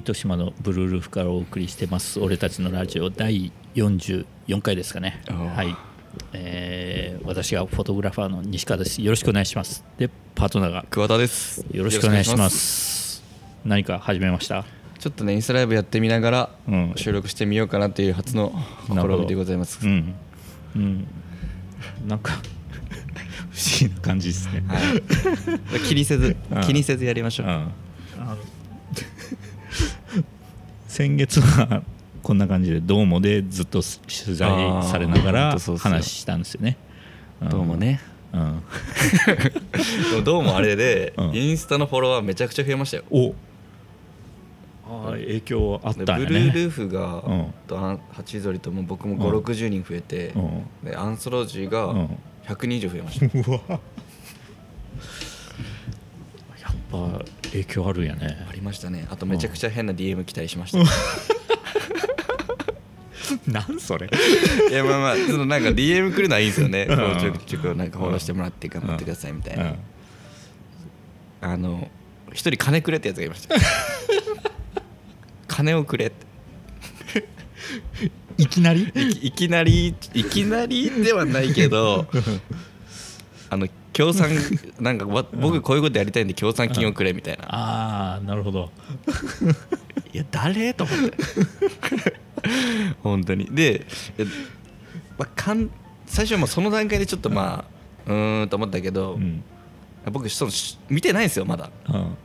糸島のブルールーフからお送りしてます俺たちのラジオ第44回ですかね。はい、私がフォトグラファーの西川です。よろしくお願いします。でパートナーが桑田です。 よろしくお願いします。何か始めました？ ちょっとねインスタライブやってみながら収録してみようかなという初の試みでございます。 うんうん、なんか不思議な感じですね、はい、 気にせずやりましょう。 先月はこんな感じでドーモでずっと取材されながら話したんですよね。 ドーモね、でもドーモあれでインスタのフォロワーめちゃくちゃ増えましたよ。 影響あったんやね。 ブルールーフがとハチドリとも僕も5、60人増えて、でアンソロジーが100人以上増えました。 うわやっぱ影響あるんやね。 ありましたね。あとめちゃくちゃ変な DM 期待しました。 なんそれ。 いやまあそのなんか DM 来るのはいいんですよね。ちょくなんかフォローしてもらって頑張ってくださいみたいな。一人金くれってやつがいました。金をくれっていきなりいきなりではないけど協賛なんか僕こういうことやりたいんで協賛金をくれみたいな。 ああなるほど。 いや誰と思って本当にで、最初はもうその段階でちょっとと思ったけど、僕見てないんですよまだ。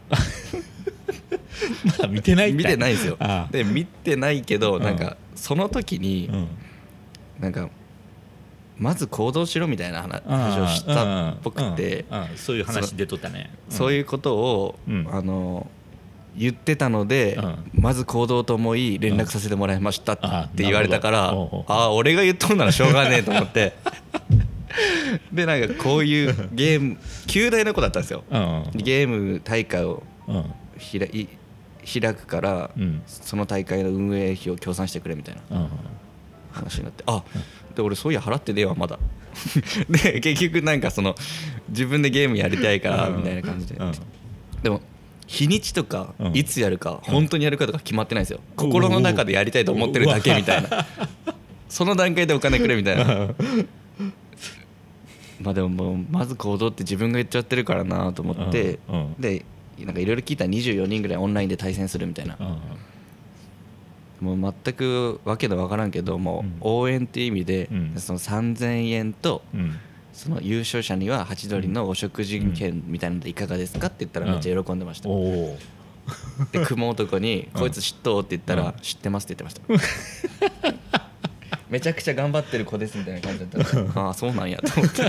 まだ見てないんですよ。で見てないけどなんかその時になんかまず行動しろみたいな話をしたっぽくて、 そういう話出とったね。 そういうことを言ってたのでまず行動と思い連絡させてもらいましたって言われたから、俺が言っとんならしょうがねえと思ってでなんかこういうゲーム9大の子だったんですよ。ゲーム大会を開くから、その大会の運営費を協賛してくれみたいな話になって、で俺そういや払ってねえわまだで結局なんかその自分でゲームやりたいからみたいな感じで、でも日にちとかいつやるか本当にやるかとか決まってないんですよ。心の中でやりたいと思ってるだけみたいなその段階でお金くれみたいなでももうまず行動って自分が言っちゃってるからなと思って、でなんかいろいろ聞いたら24人ぐらいオンラインで対戦するみたいな、もう全くわけのわからんけども応援っていう意味でその3000円とその優勝者にはハチドリのお食事券みたいなのでいかがですかって言ったらめっちゃ喜んでました。で雲男にこいつ知っとうって言ったら知ってますって言ってましためちゃくちゃ頑張ってる子ですみたいな感じだったらああそうなんやと思って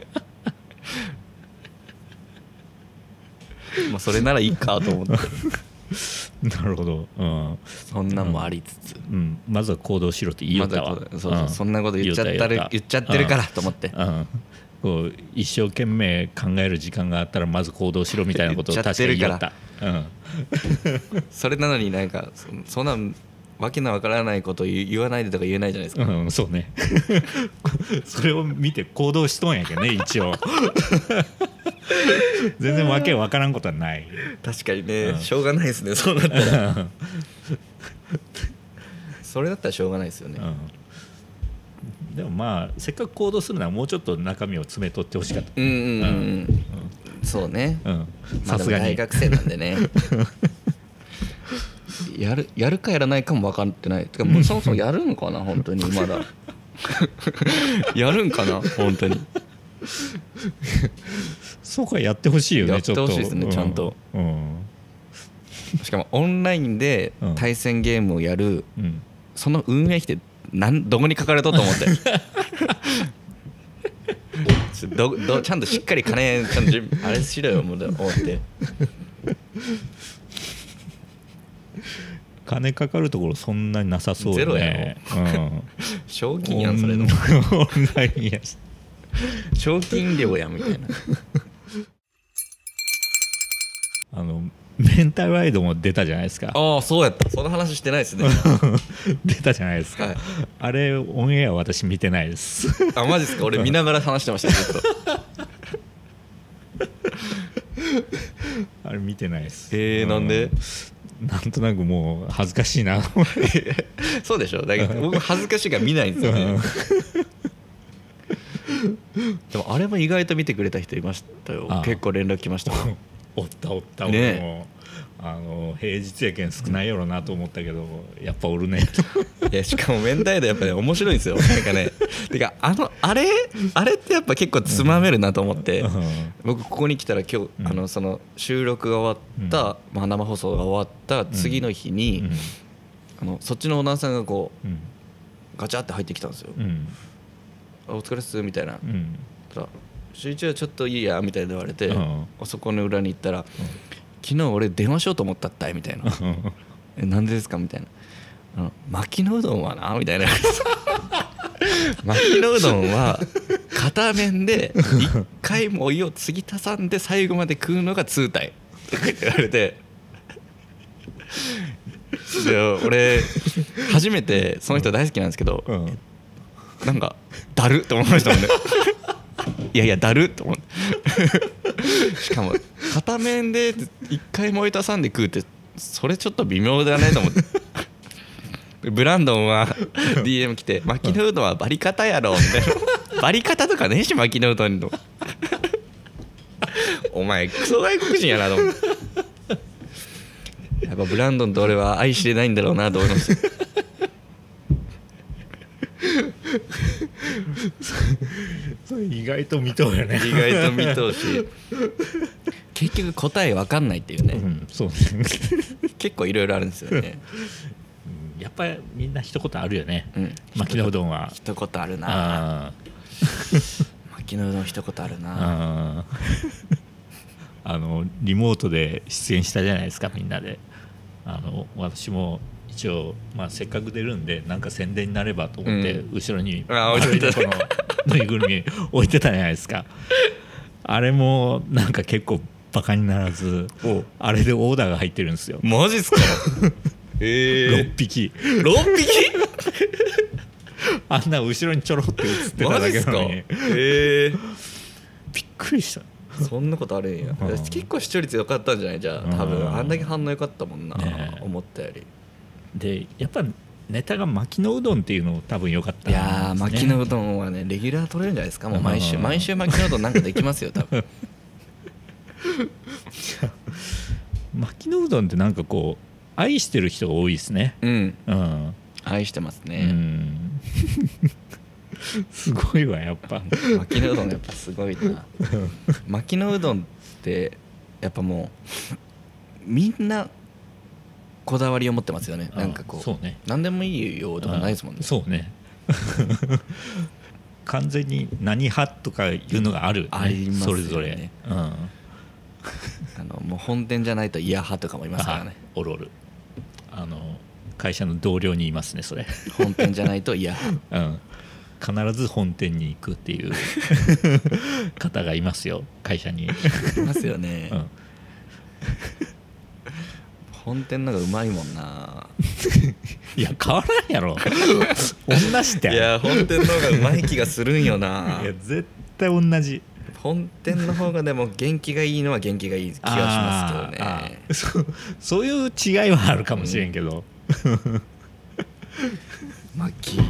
まあそれならいいかと思ってなるほど、 そんなんもありつつ、 まずは行動しろって言いよったわ。 そんなこと言っちゃってるからと思って、 こう一生懸命考える時間があったらまず行動しろみたいなことを確かに言った。 それなのになんかそんなわけのわからないことを言わないでとか言えないじゃないですか。 そうねそれを見て行動しとんやけどね一応全然わけわからんことはない。 確かにね、しょうがないですねそうなったらそれだったらしょうがないですよね。 でもまあせっかく行動するならもうちょっと中身を詰めとってほしかった。 そうね、 さすがに大学生なんでねやるかやらないかも分かってない。てかもうそもそもやるのかな本当にまだやるんかな本当にそうかやってほしいよね。 やってほしいですねちゃんと、しかもオンラインで対戦ゲームをやる、その運営費ってどこに書かれとと思ってちゃんとしっかり金ちゃんとあれしろよ思って金かかるところそんなになさそうよね。 ゼロやろ、賞金やんそれのオンラインやし賞金料やみたいなメンタルワイドも出たじゃないですか。 ああそうやった。その話してないですね出たじゃないですか、あれオンエア私見てないですあマジですか。俺見ながら話してましたずっとあれ見てないです。 なんでなんとなくもう恥ずかしいなそうでしょ。だけど僕恥ずかしいから見ないんですよねでもあれも意外と見てくれた人いましたよ。結構連絡来ましたおったね、俺も平日やけん少ないやろなと思ったけど、やっぱおるねいやしかもメンタイドやっぱり、ね、面白いんですよ。なんかねてかあれってやっぱ結構つまめるなと思って、僕ここに来たら今日、その収録が終わった、生放送が終わった次の日に、そっちのオーナーさんがこう、ガチャって入ってきたんですよ。お疲れっすみたいな、たら集中はちょっといいやみたいな言われて、あそこの裏に行ったら、昨日俺電話しようと思ったったいみたいななんでですかみたいな、巻きのうどんはなみたいな巻きのうどんは片面で1回もお湯を継ぎ足さんで最後まで食うのが通体って言われてで俺初めてその人大好きなんですけど、なんかだるって思いましたもんねいやいやだるって思ってしかも片面で一回もお湯足さんで食うってそれちょっと微妙だねと思ってブランドンは DM 来て巻きのうどんはバリカタやろみたいなバリカタとかねえし巻きのうどんのお前クソ外国人やなと思ってやっぱブランドンと俺は愛しれないんだろうなと思いましたそれ意外と見とうよね意外と見とうし結局答え分かんないっていうね、 そうね結構いろいろあるんですよねやっぱりみんな一言あるよね、巻きのうどんは一言あるな巻きのうどん一言あるなリモートで出演したじゃないですかみんなで。私も一応、せっかく出るんでなんか宣伝になればと思って、後ろにこのぬいぐるみ置いてたじゃないですかあれもなんか結構バカにならずあれでオーダーが入ってるんですよ。 マジっすか 6匹 6匹あんな後ろにちょろって映ってただけなのにびっくりした。 そんなことあるんや、結構視聴率良かったんじゃないじゃあ多分あんだけ反応良かったもんな、思ったより。 でやっぱネタが巻きのうどんっていうの多分良かった、 いや巻きのうどんはねレギュラー取れるんじゃないですか。もう毎週巻きのうどんなんかできますよ多分巻きのうどんってなんかこう愛してる人が多いですね。 愛してますね、 すごいわやっぱ巻きのうどんやっぱすごいな巻きのうどんってやっぱもうみんなこだわりを持ってますよね。なんかこう、 そうね、 何でもいいよとかないですもんね。 そうね完全に何派とかいうのがある、 ありますよね、 それぞれ、 もう本店じゃないと嫌派とかもいますからね。 おる会社の同僚に言いますねそれ本店じゃないと嫌派、必ず本店に行くっていう方がいますよ会社にいますよね、本店の方がうまいもんないや変わらんやろ同じっていや本店の方がうまい気がするんよないや絶対同じ。 本店の方がでも元気がいいのは元気がいい気がしますけどね。 そういう違いはあるかもしれんけど、 マッキー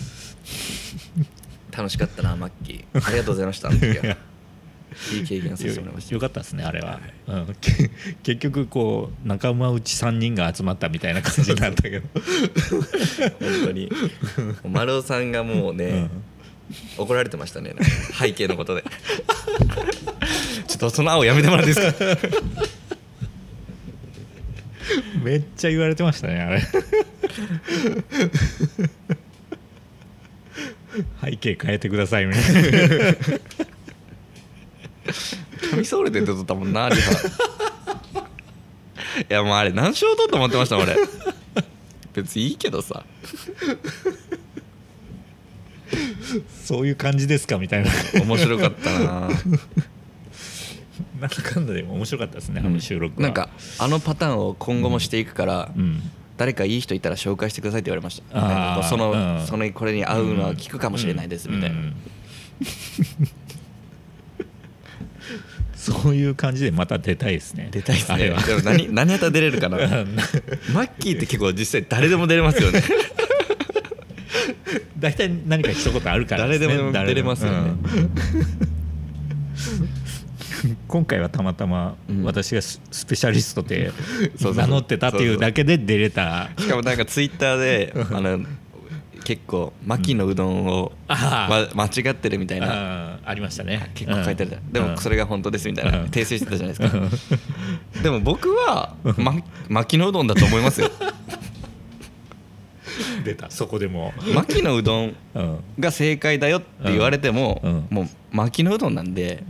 楽しかったなマッキーありがとうございましたいい経験させてもらいました。 よかったですねあれは、結局こう仲間内3人が集まったみたいな感じになったけど本当に丸尾さんがもうね、怒られてましたね背景のことでちょっとその青やめてもらっていいですかめっちゃ言われてましたねあれ背景変えてくださいみたいな髪ソールで撮ったもんなリハいやもうあれ何勝取ったと思ってました俺別にいいけどさそういう感じですかみたいな面白かったななんだかんだでも面白かったですね、あの収録は。 なんかあのパターンを今後もしていくから、誰かいい人いたら紹介してくださいって言われました。そのこれに合うのは聞くかもしれないですみたいな。 そういう感じでまた出たいですね。 出たいですね。でも何やったら出れるかなマッキーって結構実際誰でも出れますよね大体何か一言あるからですね。 誰でも出れますよね、 今回はたまたま私がスペシャリストで名乗ってたっていうだけで出れた。 しかもなんかツイッターで結構マキのうどんを、間違ってるみたいなありましたね。 結構書いてある、でもそれが本当ですみたいな訂正してたじゃないですかでも僕はマキのうどんだと思いますよ出た。そこでもマキのうどんが正解だよって言われても、もうマキのうどんなんで、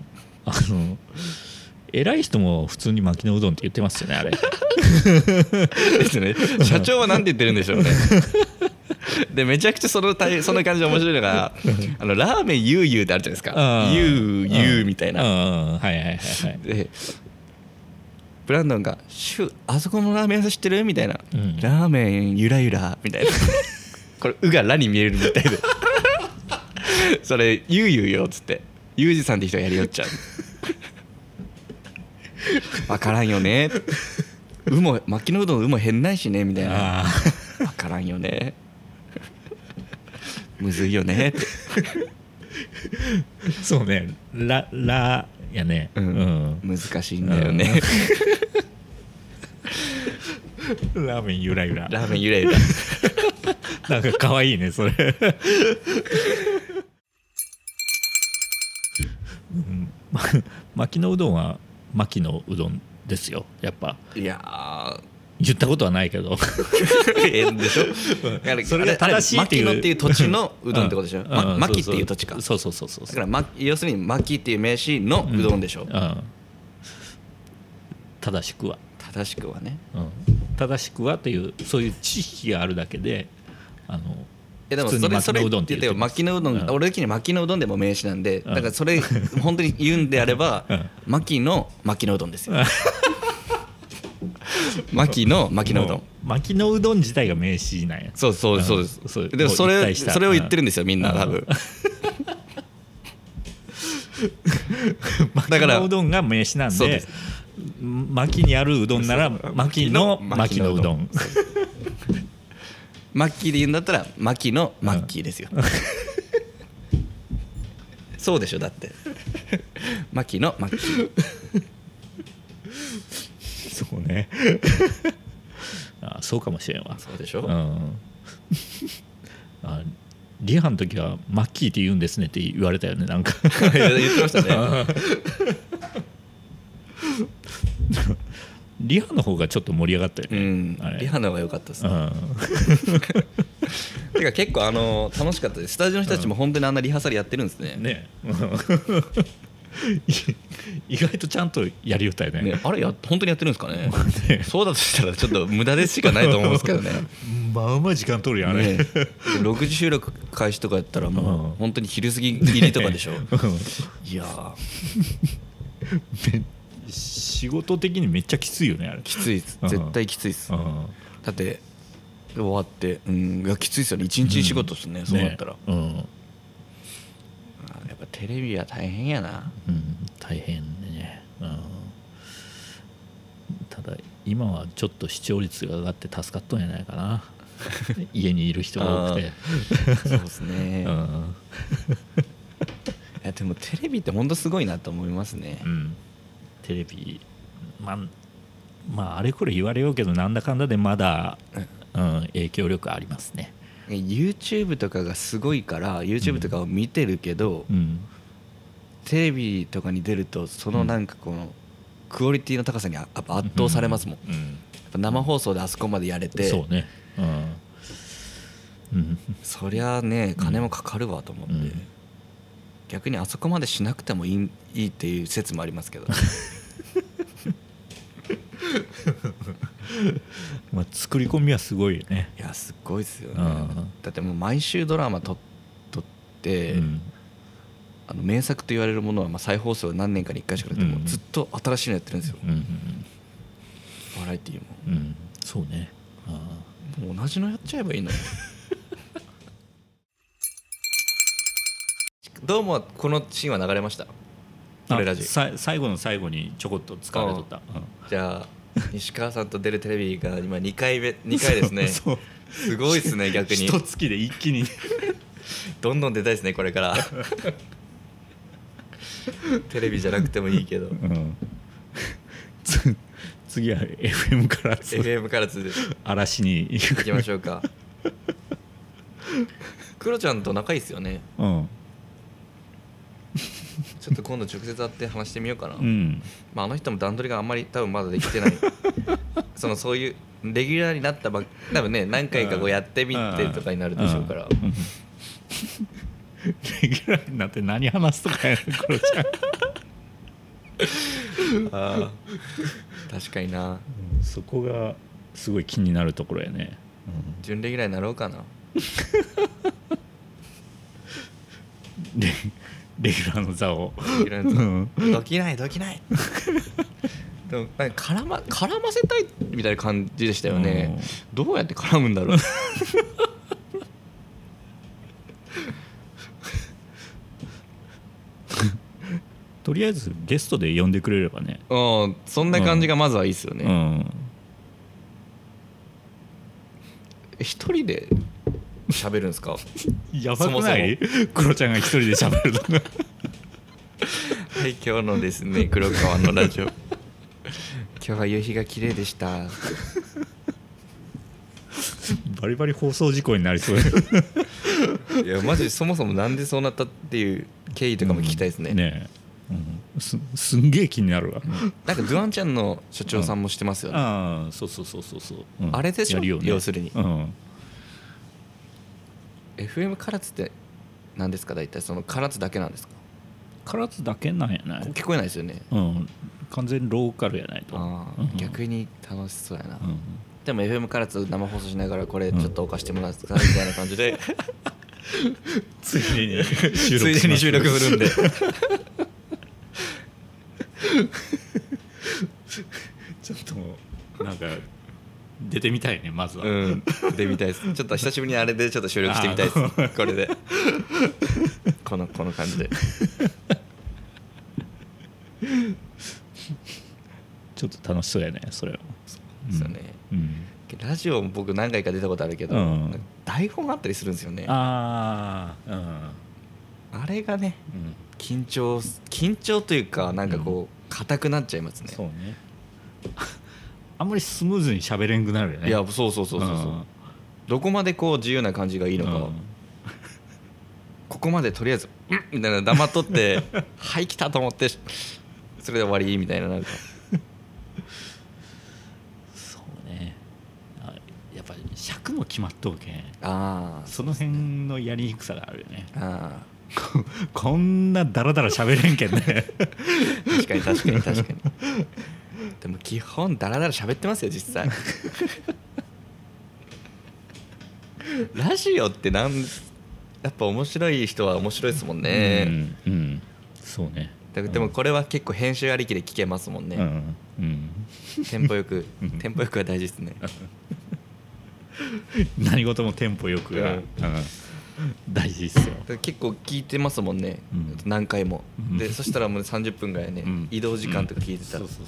偉い人も普通に巻きのうどんって言ってますよね、あれですね。社長は何て言ってるんでしょうねでめちゃくちゃその感じで面白いのがラーメンゆうゆうってあるじゃないですか。ゆうゆうみたいな。 はいはいはいはい。 でブランドンがあそこのラーメン屋さん知ってるみたいな、ラーメンゆらゆらみたいなこれうがらに見えるみたいでそれゆうゆうよっつってゆうじさんって人がやりよっちゃう分からんよね巻きのうどんうも変ないしねみたいな。分からんよねむずいよねってそうね。ラやね、 難しいんだよね、 ラーメンゆらゆら。 ラーメンゆらゆらなんか可愛いねそれ巻きのうどんは巻きのうどんですよやっぱ。 いや言ったことはないけどでしょそれが正しいっていう牧野っていう土地のうどんってことでしょ。牧っていう土地か。 そうだから要するに牧っていう名詞のうどんでしょ。 正しくはね、 正しくはっていうそういう知識があるだけででもそれ巻きのうどんって言って巻きのうどん、俺的に巻きのうどんでも名詞なんで、だからそれ本当に言うんであれば巻きのうどんですよ巻きのうどん。 巻きのうどん自体が名詞なんや。 そうですでもそれを言ってるんですよみんな多分だから巻きのうどんが名詞なんで巻きにあるうどんなら巻きのうどんマッキーで言うんだったらマキのマッキーですよそうでしょ。だってマキのマッキーそうねそうかもしれんわ。 そうでしょ、 リハの時はマッキーって言うんですねって言われたよねなんか言ってましたねリハの方がちょっと盛り上がったよね、 リハの方が良かったですね、てか結構楽しかったです。スタジオの人たちも本当にあんなリハーサルやってるんですね。 意外とちゃんとやりよったよね。 あれ本当にやってるんですかねそうだとしたらちょっと無駄でしかないと思うんですけどねまあ時間取るやんね 6時収録開始とかやったらもう本当に昼過ぎ入りとかでしょいや仕事的にめっちゃきついよねあれ。 きついです、絶対きついです。だって終わっていやきついですよね。一日仕事ですね、そうなったら、やっぱテレビは大変やな。 大変ね、ただ今はちょっと視聴率が上がって助かっとんやないかな家にいる人が多くてそうですね、いやでもテレビって本当すごいなと思いますね、 テレビまああれこれ言われようけどなんだかんだでまだ、影響力ありますね。 YouTube とかがすごいから YouTube とかを見てるけど、テレビとかに出るとそのなんかこのクオリティの高さにやっぱ圧倒されますもん、やっぱ生放送であそこまでやれて、 そうね、 そりゃね金もかかるわと思って、逆にあそこまでしなくてもいいっていう説もありますけど作り込みはすごいよね。 いやすごいですよね、だってもう毎週ドラマ撮って、名作と言われるものは再放送何年かに1回しかなくてもずっと新しいのやってるんですよ、バラエティーも、 そうね、 もう同じのやっちゃえばいいのよどうもこのシーンは流れました。 これラジ最後の最後にちょこっと使われとった、 じゃあ西川さんと出るテレビが今2回ですねそうすごいですね逆に一月で一気にどんどん出たいですねこれからテレビじゃなくてもいいけど、 次は FM 唐津 FM 唐津で嵐に行きましょうかクロちゃんと仲いいっすよね、ちょっと今度直接会って話してみようかな、まあ、あの人も段取りがあんまり多分まだできてないそういうレギュラーになった多分ね何回かこうやってみてとかになるでしょうから、 レギュラーになって何話すとかやるクロちゃんあ確かにな、 そこがすごい気になるところやね、 準レギュラーになろうかなレギュラーの座をどきないでもなんか絡ませたいみたいな感じでしたよね、どうやって絡むんだろうとりあえずゲストで呼んでくれればね、 そんな感じがまずはいいですよね、一人で喋るんですかやばくない？クロちゃんが一人で喋るのがはい、今日のですね黒川のラジオ今日は夕日が綺麗でしたバリバリ放送事故になりそういやマジそもそもなんでそうなったっていう経緯とかも聞きたいですね、 ねえ、すんげえ気になるわ。 なんかドゥアンちゃんの社長さんもしてますよね、 ああそう、 あれでしょ、 ね、 要するに、FM 唐津って何ですか大体その唐津だけなんですか？ 唐津だけなんやない？ 聞こえないですよね、 完全にローカルやないと。 逆に楽しそうやな、でも FM 唐津生放送しながらこれちょっと置かしてもらってくださいみたいな感じで、 ついでに収録するんでちょっとなんか出てみたいねまずは、 出てみたいですちょっと久しぶりにあれでちょっと収録してみたいですこれでこの感じでちょっと楽しそうやねそれは。 そうですよね、ラジオも僕何回か出たことあるけど、台本あったりするんですよね。あれがね、緊張というかなんかこう硬くなっちゃいますね。 そうねあんまりスムーズに喋れんくなるよね。 いやそう、どこまでこう自由な感じがいいのか、ここまでとりあえずみたいな黙っとってはい来たと思ってそれで終わりみたいななんかそうね、やっぱり尺も決まっとるけん、その辺のやりにくさがあるよね。こんなダラダラ喋れんけんね確かにでも基本ダラダラ喋ってますよ実際ラジオってやっぱ面白い人は面白いですもんね。 そうね。 でもこれは結構編集ありきで聞けますもんね。テンポよくは大事ですね何事もテンポよくが大事ですよ。 結構聞いてますもんね、何回もでそしたらもう30分ぐらいね、移動時間とか聞いてたら、そう、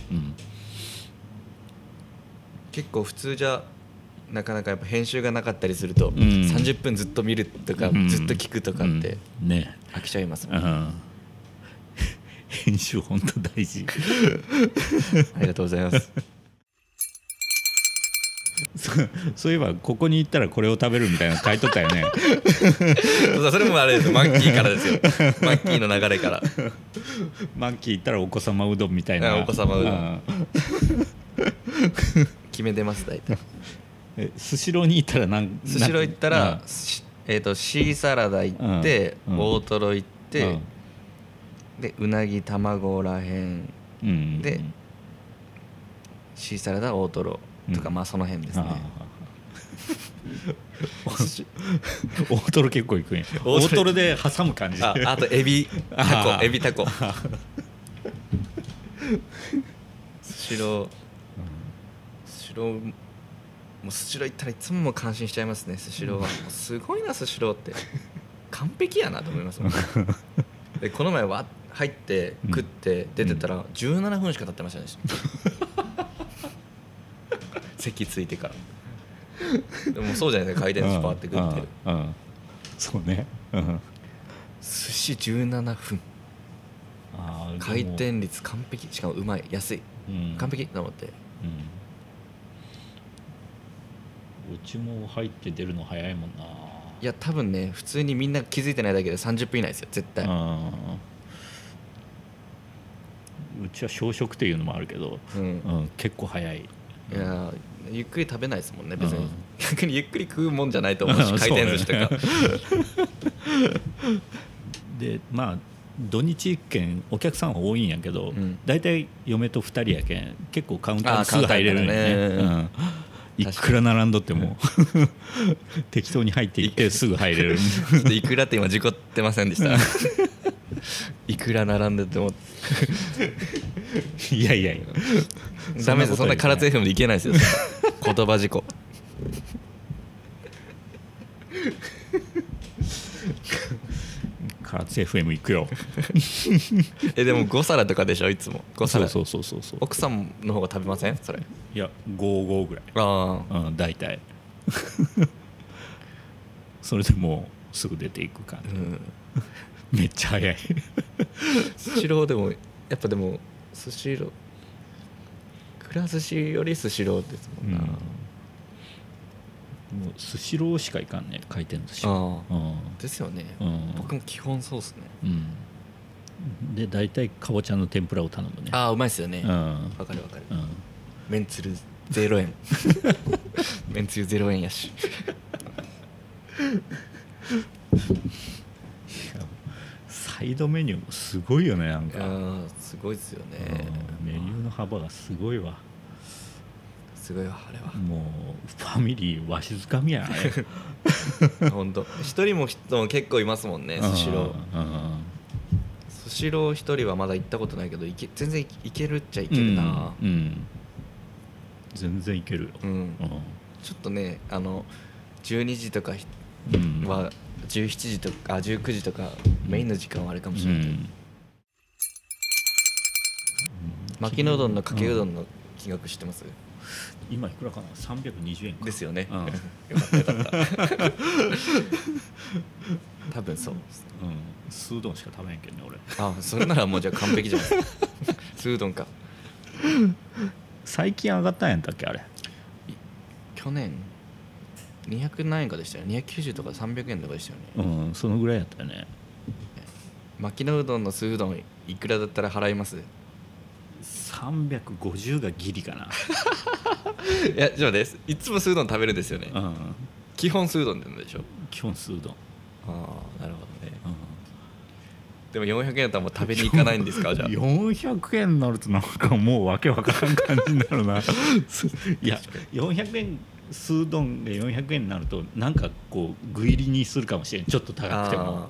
結構普通じゃなかなかやっぱ編集がなかったりすると、30分ずっと見るとか、ずっと聞くとかって飽きちゃいますもんね。 編集本当大事ありがとうございますそういえばここに行ったらこれを食べるみたいなの書いとったよねそれもあれですよ、マッキーからですよマッキーの流れからマッキー行ったらお子様うどんみたいな。 お子様うどん決めてます大体。 スシローに行ったらスシロー行ったら、シーサラダ行って、大トロ行って、でうなぎ卵らへん、でシーサラダ大トロとか、まあその辺ですね。 大トロ結構いくんや。大トロで挟む感じ。 あとエビタコスシローもうスシロー行ったらいつも感心しちゃいますね。スシローはもうすごいな、スシローって完璧やなと思いますもんでこの前は入って食って出てたら17分しか経ってましたね、席ついてからでもそうじゃないですか、回転寿司パーって食ってる、 そうね、 寿司17分、回転率完璧、しかもうまい、安い、完璧と思って、 うちも入って出るの早いもんな。 いや多分ね、普通にみんな気づいてないだけで30分以内ですよ絶対。 うちは小食っていうのもあるけど、結構早い。 いやゆっくり食べないですもんね別に、逆にゆっくり食うもんじゃないと思うし、回転寿司とかでまあ土日券お客さんは多いんやけど、大体嫁と2人やけん結構カウンターにすぐ入れるんよね。いくら並んどっても適当に入っていってすぐ入れる。 いくらって今事故ってませんでしたいくら並んでてもいやいやダメです、そんな唐津 FM でいけないですよ言葉事故唐津 FM 行くよでも5皿とかでしょいつも。5皿。 そう奥さんの方が食べませんそれ？ いや5ぐらい、大体それでもうすぐ出ていく感じ、めっちゃ早いスシローでもやっぱでもスシローくら寿司よりスシローですもんな、 もうスシローしか行かんね、回転寿司ですよね、僕も基本そうっすね、 で大体かぼちゃの天ぷらを頼むね。 うまいっすよね、わかる、めんつゆ0円めんつゆ0円やしサイドメニューもすごいよね、なんかすごいっすよね、 メニューの幅がすごいわ、 すごいわあれは。 もうファミリーわしづかみやね本当一人も人も結構いますもんね、スシロー。スシロー一人はまだ行ったことないけど全然いけるっちゃいけるな、 全然いけるよ、 ちょっとね12時とかは17時とか19時とかメインの時間はあれかもしれないけど、巻きのうどんのかけうどんの金額知ってます？ 今いくらかな、320円かですよね、よかった多分そう、 酢うどんしか食べへんけんね俺。 それならもうじゃあ完璧じゃないですか酢うどんか。 最近上がったんやったっけあれ？ 去年200何円かでしたよね、290とか300円とかでしたよね。そのぐらいやったよね。 巻きのうどんの酢うどんいくらだったら払います ？350がギリかな。 いや、じゃあです、いつも酢うどん食べるんですよね、基本酢うどんでしょ。 基本酢うどん。 なるほどね、でも400円だったらもう食べに行かないんですか？じゃあ 400円になるとなんかもうわけわからん感じになるな。いや400円酢うどんで400円になるとなんかこう具入りにするかもしれん、ちょっと高くても。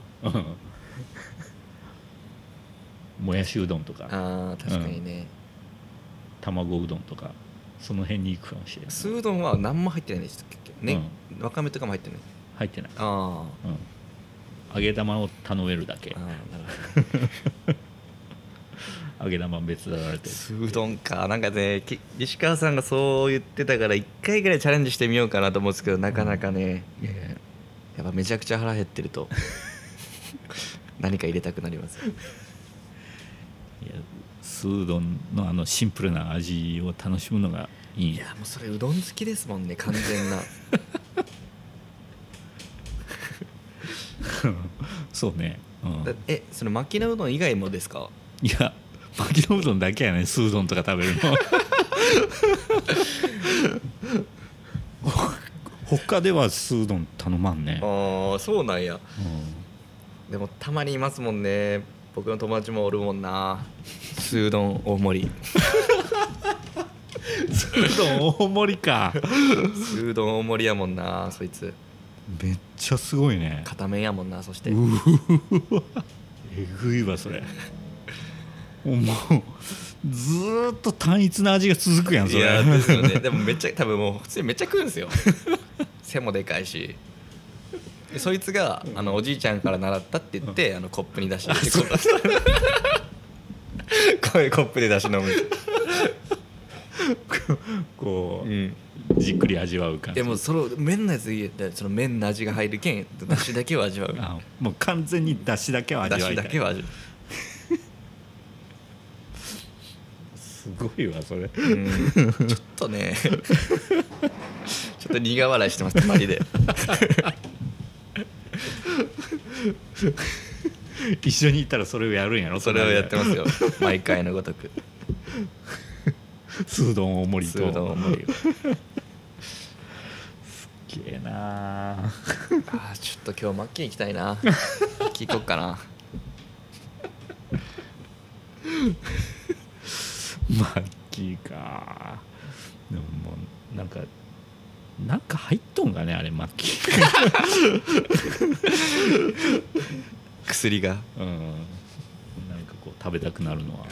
もやしうどんとか、 確かにね、 卵うどんとかその辺に行くかもしれない。 酢うどんは何も入ってないんですっけね、わかめとかも入ってない？ 入ってない。揚げ玉を頼めるだけ。揚げ玉別だられてる。 酢うどんか、なんかね西川さんがそう言ってたから1回ぐらいチャレンジしてみようかなと思うんですけど、なかなかね、やっぱめちゃくちゃ腹減ってると何か入れたくなりますよ。 いや酢うどんのシンプルな味を楽しむのがいい。 いやもうそれうどん好きですもんね、完全な。 そうね、 その巻きのうどん以外もですか？ いや巻きのうどんだけやね、酢うどんとか食べるの。他では酢うどん頼まんね。 そうなんや、でもたまにいますもんね、僕の友達もおるもんな、酢うどん大盛り。 酢うどん大盛りか。 酢うどん大盛りやもんな、そいつめっちゃすごいね。 片面やもんな。そしてえぐいわそれ。もうずーっと単一な味が続くやんそれ。 いやですよね。でもめっちゃ多分もう普通にめっちゃ食うんですよ。背もでかいし、そいつがおじいちゃんから習ったって言ってコップに出してこういうコップで出し飲むこう、じっくり味わう感じ。 でもその麺のやついその麺の味が入るけん出汁だけを味わうもう完全に出汁だけは味わいたい。 出汁だけは味わうすごいわそれ。 ちょっとねちょっと苦笑いしてます隣で一緒にいたらそれをやるんやろ。 それをやってますよ毎回のごとくスードン大盛りとスードン大盛りをすっげえなあ。 ちょっと今日マッキー行きたいな聞こっかなマッキーか。でももうなんか入っとんかねあれマッキー薬がなんかこう食べたくなるのは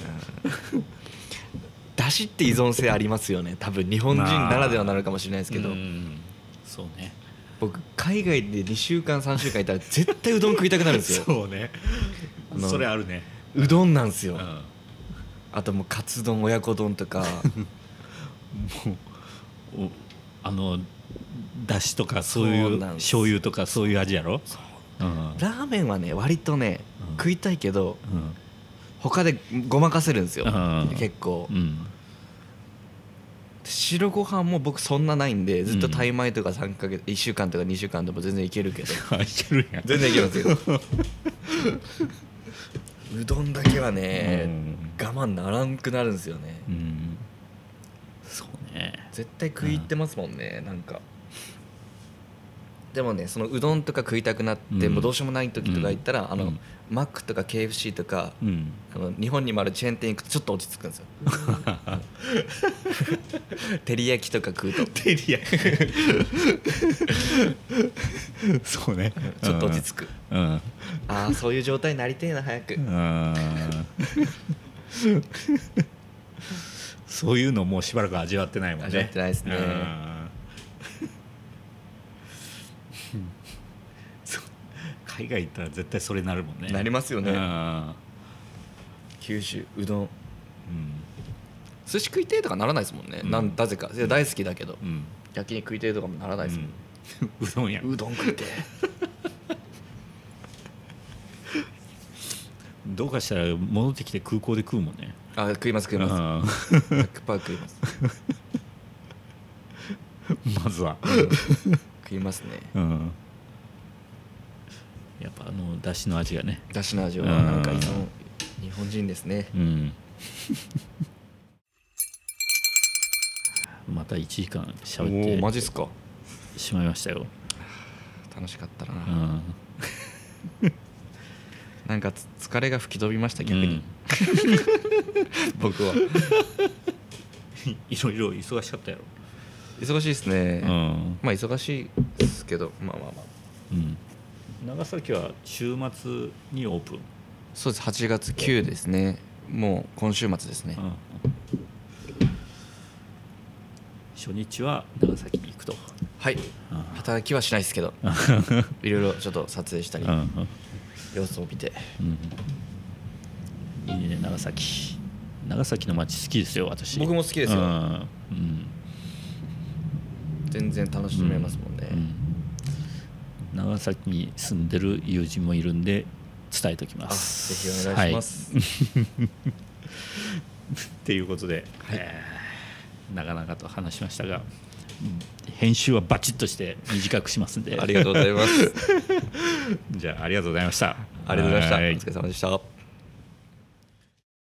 だしって依存性ありますよね多分日本人ならではなのかもしれないですけど、 そうね。 僕海外で2週間3週間いたら絶対うどん食いたくなるんですよそうね。それあるね。 うどんなんですよ、あともうカツ丼親子丼とかもうだしとかそういう醤油とかそういう味やろ。 ラーメンはね割とね、食いたいけど、他でごまかせるんですよ、結構、白ご飯も僕そんなないんでずっとタイ米とか3ヶ月1週間とか2週間でも全然いけるけどいけるやん。 全然いけますようどんだけはね、我慢ならんくなるんですよね、 そうね。 絶対食い入ってますもんね、なんかでもねそのうどんとか食いたくなってもうどうしようもない時とか行ったらマックとか KFC とか日本にもあるチェーン店行くとちょっと落ち着くんですよ照り焼きとか食うと照り焼きそうね。 ちょっと落ち着く、そういう状態になりてえな早くそういうのもうしばらく味わってないもんね。 味わってないですね。 海外行ったら絶対それなるもんね。 なりますよね。九州うどん、寿司食いてえとかならないですもんね、なぜか大好きだけど、焼肉食いてえとかもならないですもん、 うどんやうどん食いてえどうかしたら戻ってきて空港で食うもんね。 食います100% 食いますまずは、 食いますね、 やっぱだしの味がね。 だしの味はなんか日本人ですね。 また1時間喋ってマジっすか。 しまいましたよ。 楽しかったな。なんか疲れが吹き飛びました逆に、僕はいろいろ忙しかったやろ。 忙しいですね、まあ忙しいですけどまあ長崎は週末にオープン。 そうです8月9ですね。もう今週末ですね、 初日は長崎に行くと。 はい働きはしないですけどいろいろちょっと撮影したり、様子を見て、 いいね長崎の街好きですよ私。 僕も好きですよ、全然楽しめますもんね、 長崎に住んでる友人もいるんで伝えておきます。 ぜひお願いします、 っていうことで、長々と話しましたが編集はバチッとして短くしますんでありがとうございますじゃあありがとうございました。 ありがとうございました。お疲れ様でした。